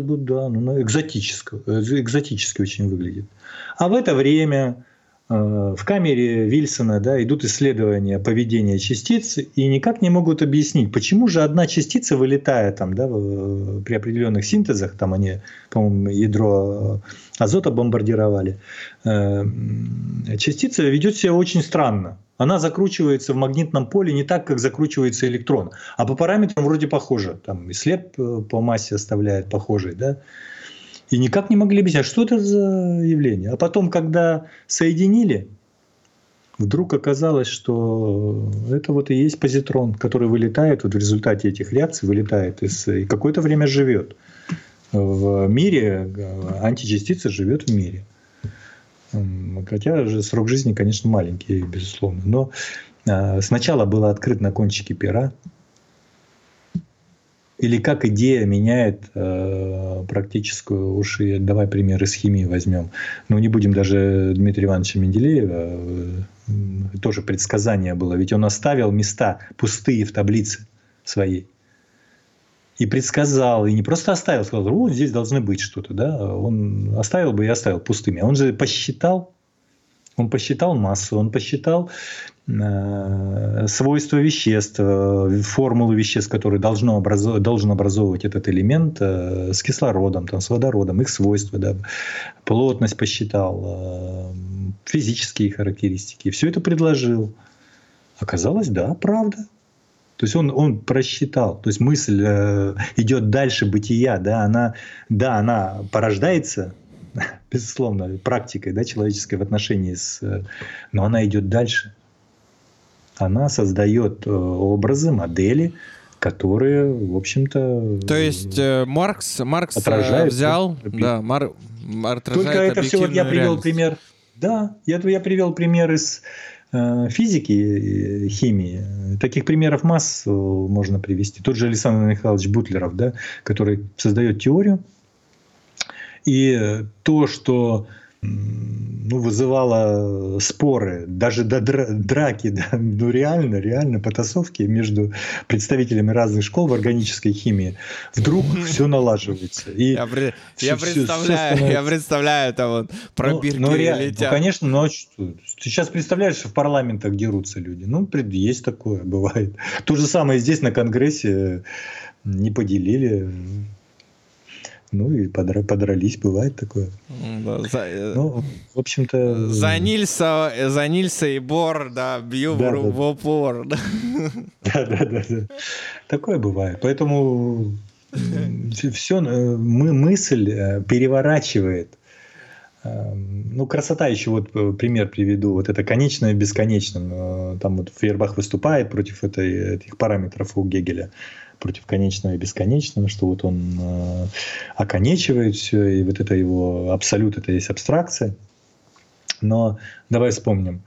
экзотически очень выглядит. А в это время в камере Вильсона, да, идут исследования поведения частиц и никак не могут объяснить, почему же одна частица, вылетая там, да, при определенных синтезах, там они, по-моему, ядро азота бомбардировали, частица ведет себя очень странно. Она закручивается в магнитном поле не так, как закручивается электрон, а по параметрам вроде похоже. Там и след по массе оставляет похожий, да. И никак не могли объяснить, что это за явление. А потом, когда соединили, вдруг оказалось, что это вот и есть позитрон, который вылетает, вот в результате этих реакций вылетает и какое-то время живет в мире, античастица живет в мире. Хотя же срок жизни, конечно, маленький, безусловно. Но сначала было открыто на кончике пера. Или как идея меняет практическую, уж и давай пример из химии возьмем. Не будем даже Дмитрия Ивановича Менделеева, тоже предсказание было. Ведь он оставил места пустые в таблице своей. И предсказал, и не просто оставил, сказал, вот здесь должны быть что-то. Да? Он оставил бы и оставил пустыми. Он же посчитал массу, он посчитал свойства веществ, формулу веществ, которые должен образовывать этот элемент с кислородом, там, с водородом, их свойства, да, плотность посчитал, физические характеристики. Все это предложил. Оказалось, да, правда. То есть он просчитал. То есть мысль идет дальше бытия, да, она порождается, безусловно, практикой, да, человеческой в отношении но она идет дальше. Она создает образы, модели, которые, в общем-то... То есть Маркс взял... Да, Только это все вот я привел пример. Да, я привел пример из физики, химии. Таких примеров массу можно привести. Тот же Александр Михайлович Бутлеров, да, который создает теорию. И то, что вызывало споры, даже до драки, да, реально потасовки между представителями разных школ в органической химии, вдруг все налаживается. И я представляю, там вот пробирки летят. Конечно, ты сейчас представляешь, что в парламентах дерутся люди. Есть такое, бывает. То же самое здесь на Конгрессе не поделили. И подрались, бывает такое. В общем-то... За Нильса и Бор, да, бью в упор. Да. Такое бывает. Поэтому все мысль переворачивает. Красота еще, вот пример приведу. Вот это конечное в бесконечном. Там вот Фейербах выступает против этих параметров у Гегеля. против конечного и бесконечного, что вот он оконечивает все, и вот это его абсолют, это есть абстракция. Но давай вспомним.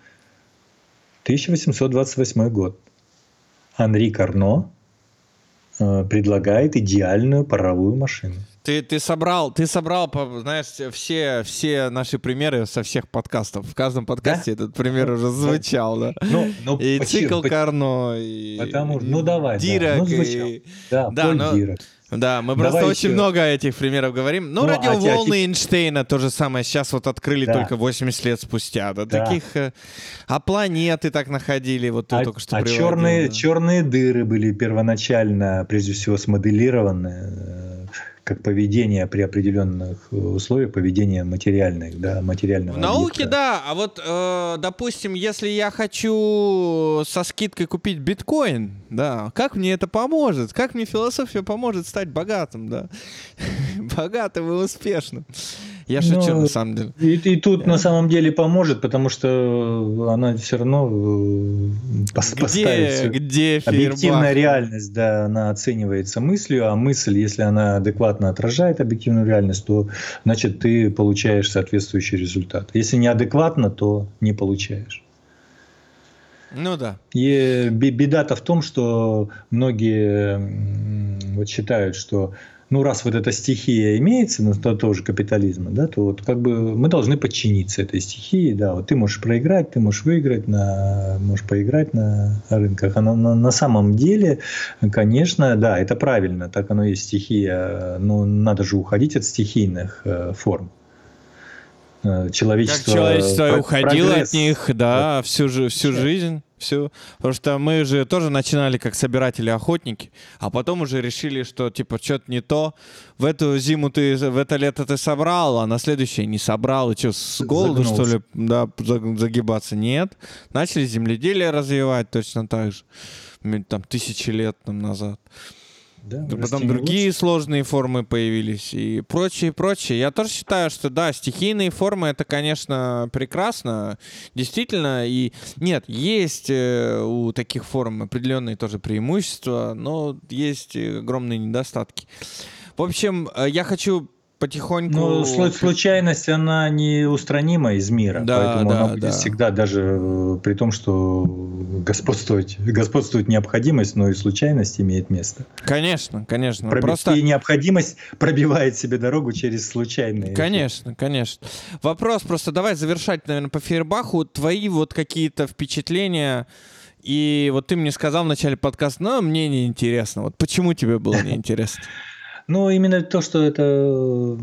1828 год. Анри Карно предлагает идеальную паровую машину. Ты собрал, знаешь, все наши примеры со всех подкастов. В каждом подкасте этот пример уже звучал, да. И цикл Карно, и Дирак. Поль Дирак. Да, мы просто очень много этих примеров говорим. Ну, радиоволны Эйнштейна то же самое. Сейчас вот открыли только 80 лет спустя. Да, таких... А планеты так находили, вот ты только что приводил. Черные дыры были первоначально, прежде всего, смоделированы как поведение при определенных условиях, поведение материальных, да, материального в науке, объекта. да. А вот, допустим, если я хочу со скидкой купить биткоин, да, как мне это поможет? Как мне философия поможет стать богатым, да? Богатым и успешным. Я шучу, на самом деле. И тут на самом деле поможет, потому что она все равно поставит где объективная реальность, да, она оценивается мыслью, а мысль, если она адекватно отражает объективную реальность, то, значит, ты получаешь соответствующий результат. Если неадекватно, то не получаешь. Ну да. И беда-то в том, что многие вот считают, что раз вот эта стихия имеется, того же капитализма, да, то вот как бы мы должны подчиниться этой стихии, да, вот ты можешь проиграть, ты можешь выиграть, можешь поиграть на рынках. А на самом деле, конечно, да, это правильно, так оно есть стихия, но надо же уходить от стихийных форм. Человечество уходило от них, да, всю жизнь. Все. Потому что мы же тоже начинали как собиратели-охотники, а потом уже решили, что типа что-то не то. В эту зиму в это лето ты собрал, а на следующее не собрал. И что, с голоду, что ли, да, загибаться? Нет. Начали земледелие развивать точно так же. Там 1000 лет назад. Да, потом другие сложные формы появились и прочее. Я тоже считаю, что да, стихийные формы — это, конечно, прекрасно, действительно. И нет, есть у таких форм определенные тоже преимущества, но есть огромные недостатки. В общем, я хочу потихоньку... Но случайность, она неустранима из мира, поэтому она будет всегда, даже при том, что господствует необходимость, но и случайность имеет место. Конечно. И необходимость пробивает себе дорогу через случайные. Конечно. Вопрос просто, давай завершать, наверное, по Фейербаху. Твои вот какие-то впечатления... И вот ты мне сказал в начале подкаста, мне неинтересно. Вот почему тебе было неинтересно? Именно то, что это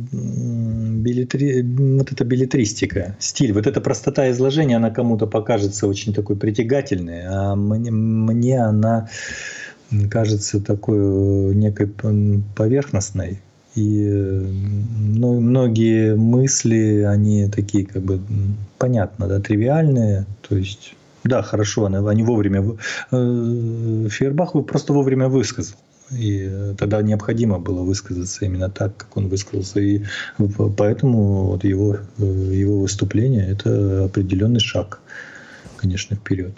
беллетристика, стиль, вот эта простота изложения, она кому-то покажется очень такой притягательной, а мне она кажется такой некой поверхностной. И многие мысли, они такие как бы, понятно, да, тривиальные, то есть, да, хорошо, они вовремя... Фейербах просто вовремя высказал. И тогда необходимо было высказаться именно так, как он высказался. И поэтому вот его выступление — это определенный шаг, конечно, вперед.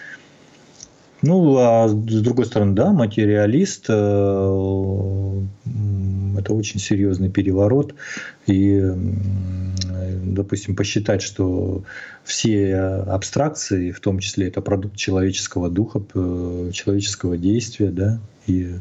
А с другой стороны, да, материалист — это очень серьезный переворот. И, допустим, посчитать, что все абстракции, в том числе это продукт человеческого духа, человеческого действия, да, и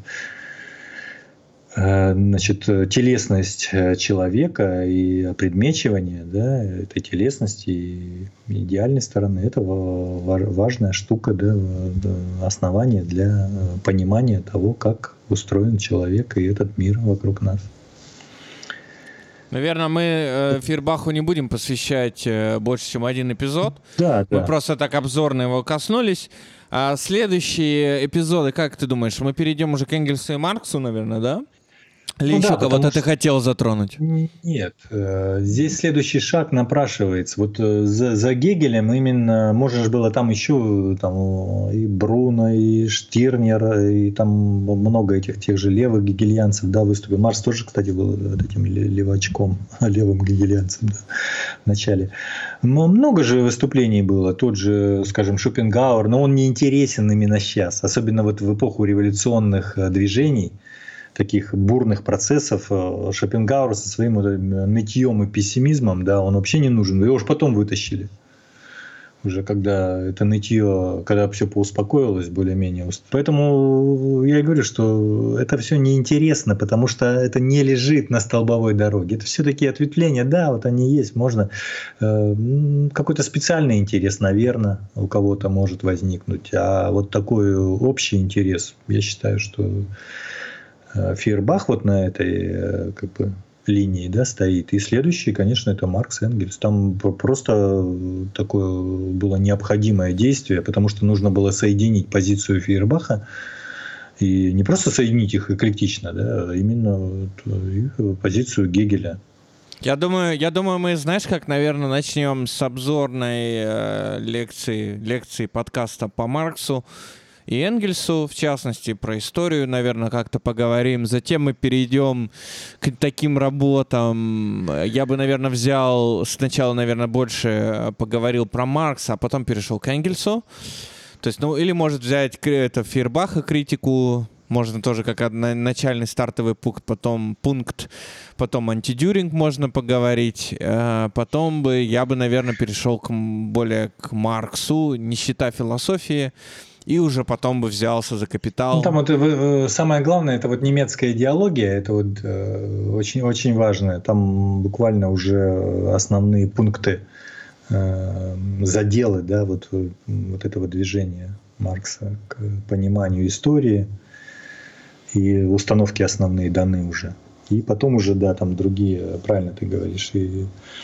телесность человека и предмечивание, да, этой телесности и идеальной стороны — это важная штука, да, основание для понимания того, как устроен человек и этот мир вокруг нас. Наверное, мы Фейербаху не будем посвящать больше, чем один эпизод. Да. Мы просто так обзорно его коснулись. А следующие эпизоды, как ты думаешь, мы перейдем уже к Энгельсу и Марксу, наверное, да? Или Ну еще да, кого-то потому ты что хотел затронуть? нет, здесь следующий шаг напрашивается. Вот за Гегелем именно, можешь было там еще там, и Бруно, и Штирнер, и там много этих тех же левых гегельянцев, да, выступил. Маркс тоже, кстати, был вот этим левачком, левым гегельянцем, да, в начале. Много же выступлений было. Тот же, скажем, Шопенгауэр, но он не интересен именно сейчас, особенно вот в эпоху революционных движений, таких бурных процессов. Шопенгауэр со своим вот нытьем и пессимизмом, да, он вообще не нужен. Его уж потом вытащили. Уже когда это нытье, когда все поуспокоилось более-менее. Поэтому я и говорю, что это все неинтересно, потому что это не лежит на столбовой дороге. Это все такие ответвления, да, вот они есть. Можно какой-то специальный интерес, наверное, у кого-то может возникнуть. А вот такой общий интерес, я считаю, что Фейербах вот на этой как бы линии, да, стоит. И следующий, конечно, это Маркс, Энгельс. Там просто такое было необходимое действие, потому что нужно было соединить позицию Фейербаха и не просто соединить их эклектично, да, а именно позицию Гегеля. Я думаю, мы, знаешь, как, наверное, начнем с обзорной лекции подкаста по Марксу и Энгельсу, в частности, про историю, наверное, как-то поговорим. Затем мы перейдем к таким работам. Я бы, наверное, взял сначала, наверное, больше поговорил про Маркса, а потом перешел к Энгельсу. То есть, ну, или может взять это Фейербаха критику, можно тоже как начальный стартовый пункт, потом антидюринг можно поговорить. Потом бы я бы, наверное, перешел более к Марксу, нищета философии. И уже потом бы взялся за «Капитал». Ну, там вот самое главное, это вот немецкая идеология, это вот очень, очень важно. Там буквально уже основные пункты, заделы, да, вот этого движения Маркса к пониманию истории, и установки основные даны уже. И потом уже, да, там другие, правильно ты говоришь, и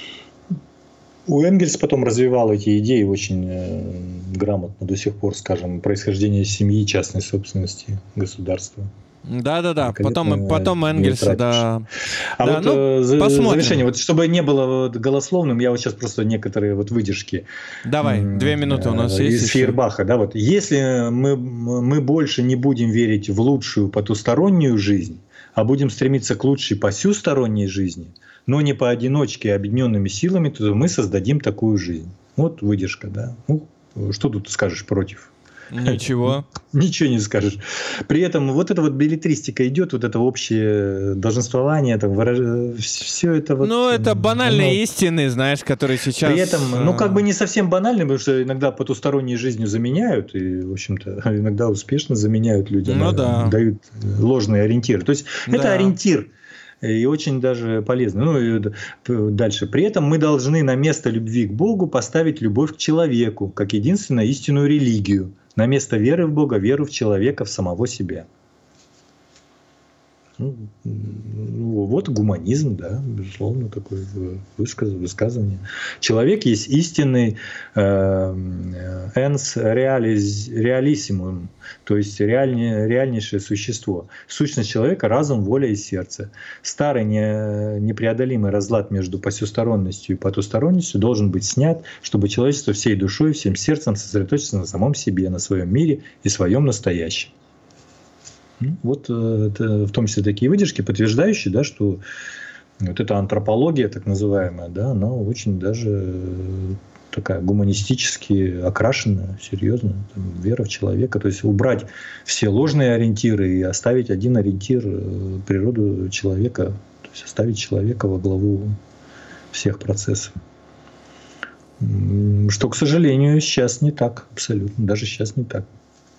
у Энгельса потом развивал эти идеи очень грамотно до сих пор, скажем, происхождение семьи, частной собственности, государства. Да. Потом Энгельса, да. А да, вот посмотрим. завершение, вот чтобы не было вот голословным, я вот сейчас просто некоторые вот выдержки. Давай, 2 минуты у нас есть. Из Фейербаха, да, вот. Если мы больше не будем верить в лучшую потустороннюю жизнь, а будем стремиться к лучшей посюсторонней жизни, но не поодиночке, а объединенными силами, то мы создадим такую жизнь. Вот выдержка, да. Ну, что тут скажешь против? Ничего. Ничего не скажешь. При этом вот эта вот беллетристика идет, вот это общее долженствование, все это вот... Ну, это банальные истины, знаешь, которые сейчас... При этом, ну, как бы не совсем банальные, потому что иногда потусторонней жизнью заменяют, и, в общем-то, иногда успешно заменяют людям, дают ложные ориентиры. То есть это ориентир. И очень даже полезно. Ну и дальше. При этом мы должны на место любви к Богу поставить любовь к человеку, как единственную истинную религию. На место веры в Бога, веру в человека, в самого себя. Ну, вот гуманизм, да, безусловно, такое высказывание. Человек есть истинный ens realissimum, то есть реальнейшее существо. Сущность человека — разум, воля и сердце. Старый непреодолимый разлад между посюсторонностью и потусторонностью должен быть снят, чтобы человечество всей душой, всем сердцем сосредоточиться на самом себе, на своем мире и своем настоящем. Вот это в том числе такие выдержки, подтверждающие, да, что вот эта антропология, так называемая, да, она очень даже такая гуманистически окрашенная, серьезная, вера в человека. То есть убрать все ложные ориентиры и оставить один ориентир, природу человека, то есть оставить человека во главу всех процессов. Что, к сожалению, сейчас не так абсолютно, даже сейчас не так.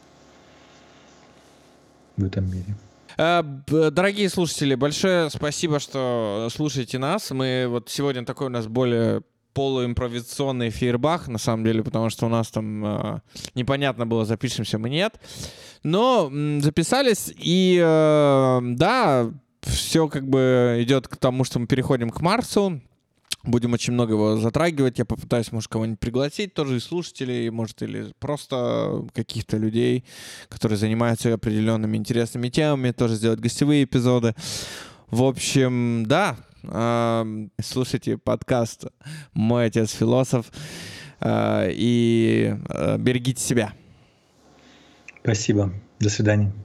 В этом мире. Дорогие слушатели, большое спасибо, что слушаете нас. Мы вот сегодня такой у нас более полуимпровизационный Фейербах, на самом деле, потому что у нас там непонятно было, запишемся мы, нет. Но записались, и да, все как бы идет к тому, что мы переходим к Марксу. Будем очень много его затрагивать. Я попытаюсь, может, кого-нибудь пригласить, тоже и слушателей, может, или просто каких-то людей, которые занимаются определенными интересными темами, тоже сделать гостевые эпизоды. В общем, да, слушайте подкаст «Мой отец философ» и берегите себя. Спасибо. До свидания.